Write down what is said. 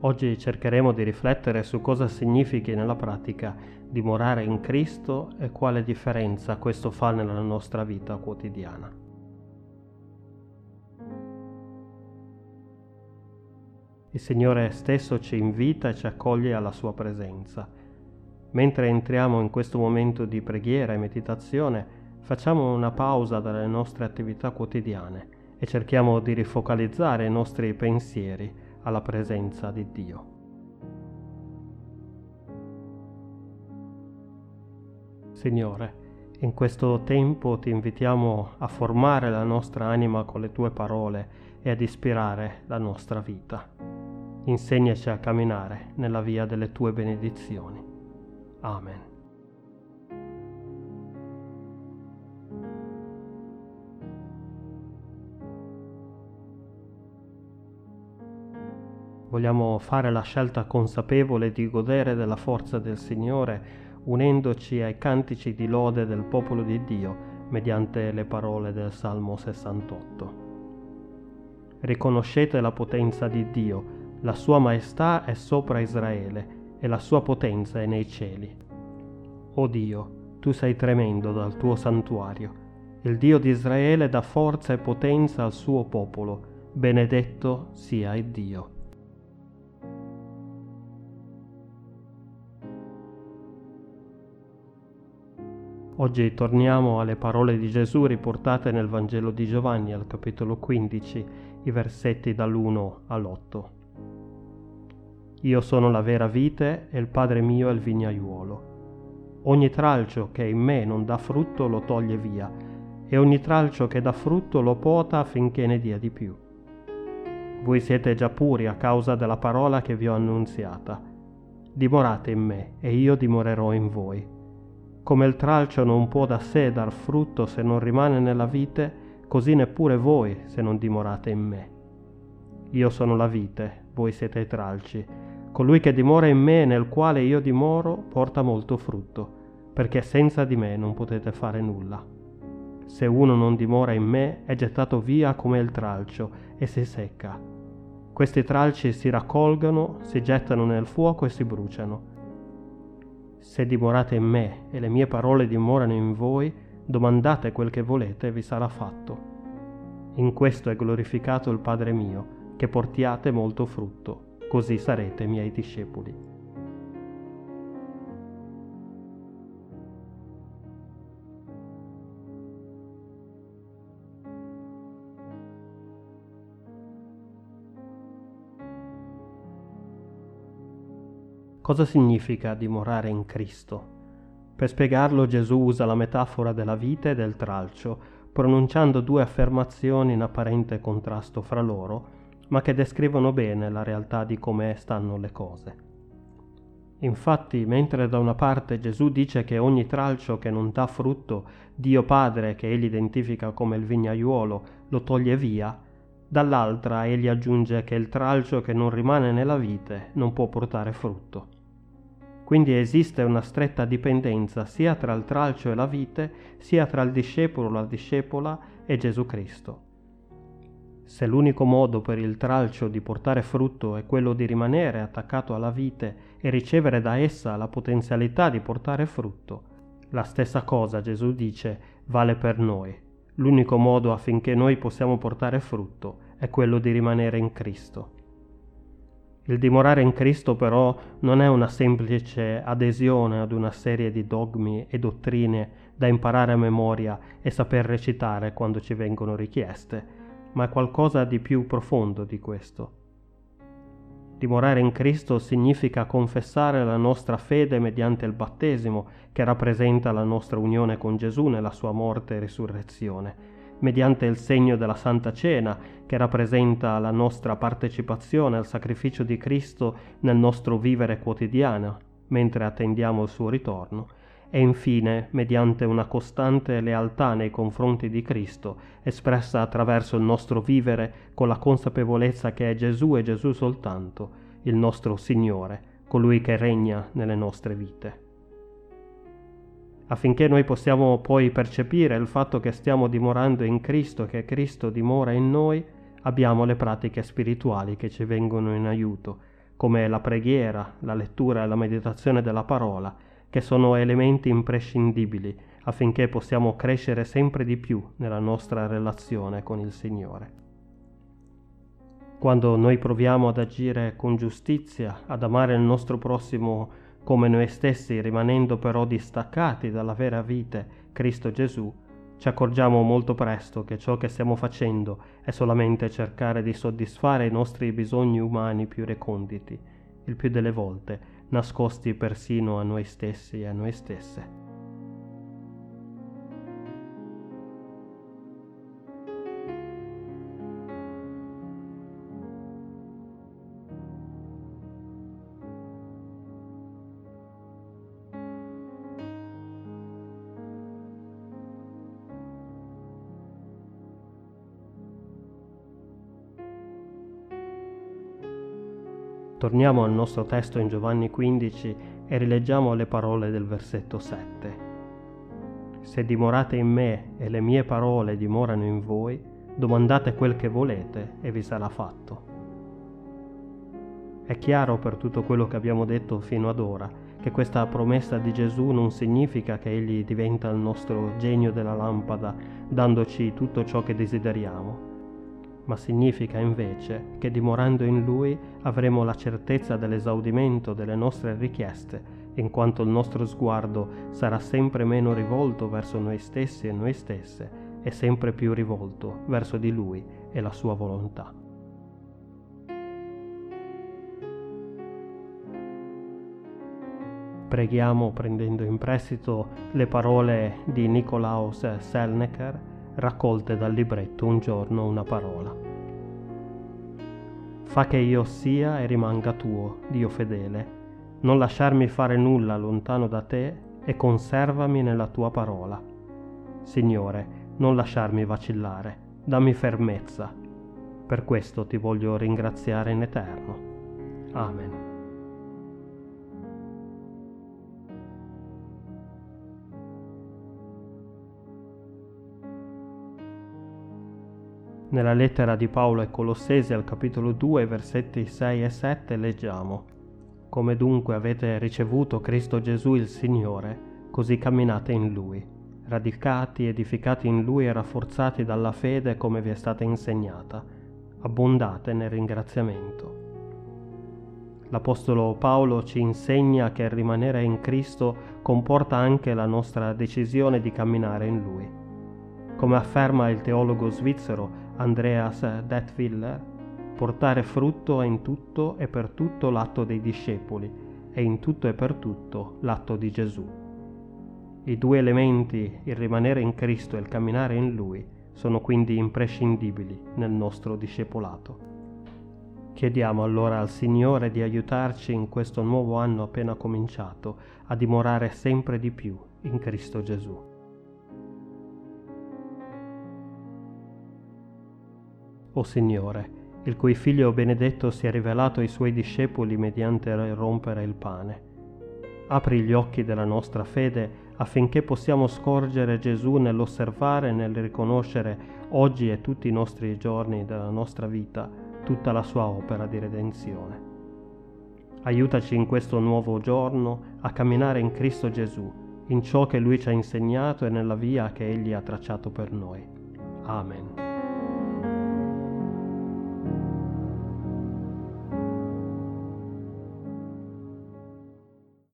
Oggi cercheremo di riflettere su cosa significhi nella pratica dimorare in Cristo e quale differenza questo fa nella nostra vita quotidiana. Il Signore stesso ci invita e ci accoglie alla sua presenza. Mentre entriamo in questo momento di preghiera e meditazione, facciamo una pausa dalle nostre attività quotidiane e cerchiamo di rifocalizzare i nostri pensieri alla presenza di Dio. Signore, in questo tempo ti invitiamo a formare la nostra anima con le tue parole e ad ispirare la nostra vita. Insegnaci a camminare nella via delle tue benedizioni. Amen. Vogliamo fare la scelta consapevole di godere della forza del Signore unendoci ai cantici di lode del popolo di Dio mediante le parole del Salmo 68. Riconoscete la potenza di Dio, la sua maestà è sopra Israele e la sua potenza è nei cieli. O Dio, tu sei tremendo dal tuo santuario. Il Dio di Israele dà forza e potenza al suo popolo. Benedetto sia il Dio. Oggi torniamo alle parole di Gesù riportate nel Vangelo di Giovanni al capitolo 15, i versetti dall'1 all'8. Io sono la vera vite e il Padre mio è il vignaiuolo. Ogni tralcio che in me non dà frutto lo toglie via, e ogni tralcio che dà frutto lo pota affinché ne dia di più. Voi siete già puri a causa della parola che vi ho annunziata. Dimorate in me, e io dimorerò in voi. Come il tralcio non può da sé dar frutto se non rimane nella vite, così neppure voi se non dimorate in me. Io sono la vite, voi siete i tralci. Colui che dimora in me e nel quale io dimoro porta molto frutto, perché senza di me non potete fare nulla. Se uno non dimora in me è gettato via come il tralcio e si secca. Questi tralci si raccolgono, si gettano nel fuoco e si bruciano. Se dimorate in me e le mie parole dimorano in voi, domandate quel che volete e vi sarà fatto. In questo è glorificato il Padre mio, che portiate molto frutto, così sarete miei discepoli. Cosa significa dimorare in Cristo? Per spiegarlo Gesù usa la metafora della vite e del tralcio, pronunciando due affermazioni in apparente contrasto fra loro, ma che descrivono bene la realtà di come stanno le cose. Infatti, mentre da una parte Gesù dice che ogni tralcio che non dà frutto, Dio Padre, che egli identifica come il vignaiuolo, lo toglie via, dall'altra egli aggiunge che il tralcio che non rimane nella vite non può portare frutto. Quindi esiste una stretta dipendenza sia tra il tralcio e la vite, sia tra il discepolo, la discepola e Gesù Cristo. Se l'unico modo per il tralcio di portare frutto è quello di rimanere attaccato alla vite e ricevere da essa la potenzialità di portare frutto, la stessa cosa, Gesù dice, vale per noi. L'unico modo affinché noi possiamo portare frutto è quello di rimanere in Cristo. Il dimorare in Cristo però non è una semplice adesione ad una serie di dogmi e dottrine da imparare a memoria e saper recitare quando ci vengono richieste, ma è qualcosa di più profondo di questo. Dimorare in Cristo significa confessare la nostra fede mediante il battesimo, che rappresenta la nostra unione con Gesù nella sua morte e risurrezione, mediante il segno della Santa Cena, che rappresenta la nostra partecipazione al sacrificio di Cristo nel nostro vivere quotidiano, mentre attendiamo il suo ritorno, e infine mediante una costante lealtà nei confronti di Cristo, espressa attraverso il nostro vivere con la consapevolezza che è Gesù e Gesù soltanto, il nostro Signore, colui che regna nelle nostre vite. Affinché noi possiamo poi percepire il fatto che stiamo dimorando in Cristo e che Cristo dimora in noi, abbiamo le pratiche spirituali che ci vengono in aiuto, come la preghiera, la lettura e la meditazione della parola, che sono elementi imprescindibili affinché possiamo crescere sempre di più nella nostra relazione con il Signore. Quando noi proviamo ad agire con giustizia, ad amare il nostro prossimo come noi stessi, rimanendo però distaccati dalla vera vita, Cristo Gesù, ci accorgiamo molto presto che ciò che stiamo facendo è solamente cercare di soddisfare i nostri bisogni umani più reconditi, il più delle volte nascosti persino a noi stessi e a noi stesse. Torniamo al nostro testo in Giovanni 15 e rileggiamo le parole del versetto 7. Se dimorate in me e le mie parole dimorano in voi, domandate quel che volete e vi sarà fatto. È chiaro per tutto quello che abbiamo detto fino ad ora che questa promessa di Gesù non significa che Egli diventa il nostro genio della lampada dandoci tutto ciò che desideriamo, ma significa invece che dimorando in Lui avremo la certezza dell'esaudimento delle nostre richieste, in quanto il nostro sguardo sarà sempre meno rivolto verso noi stessi e noi stesse e sempre più rivolto verso di Lui e la Sua volontà. Preghiamo prendendo in prestito le parole di Nikolaus Selnecker raccolte dal libretto Un giorno una parola. Fa che io sia e rimanga tuo, Dio fedele, non lasciarmi fare nulla lontano da te e conservami nella tua parola. Signore, non lasciarmi vacillare, dammi fermezza. Per questo ti voglio ringraziare in eterno. Amen. Nella lettera di Paolo ai Colossesi al capitolo 2, versetti 6 e 7 leggiamo: Come dunque avete ricevuto Cristo Gesù il Signore, così camminate in Lui, radicati, edificati in Lui e rafforzati dalla fede come vi è stata insegnata, abbondate nel ringraziamento. L'Apostolo Paolo ci insegna che rimanere in Cristo comporta anche la nostra decisione di camminare in Lui. Come afferma il teologo svizzero Andreas Detwiller, portare frutto è in tutto e per tutto l'atto dei discepoli e in tutto e per tutto l'atto di Gesù. I due elementi, il rimanere in Cristo e il camminare in Lui, sono quindi imprescindibili nel nostro discepolato. Chiediamo allora al Signore di aiutarci in questo nuovo anno appena cominciato a dimorare sempre di più in Cristo Gesù. O Signore, il cui Figlio benedetto si è rivelato ai Suoi discepoli mediante il rompere il pane, apri gli occhi della nostra fede affinché possiamo scorgere Gesù nell'osservare e nel riconoscere oggi e tutti i nostri giorni della nostra vita tutta la Sua opera di redenzione. Aiutaci in questo nuovo giorno a camminare in Cristo Gesù, in ciò che Lui ci ha insegnato e nella via che Egli ha tracciato per noi. Amen.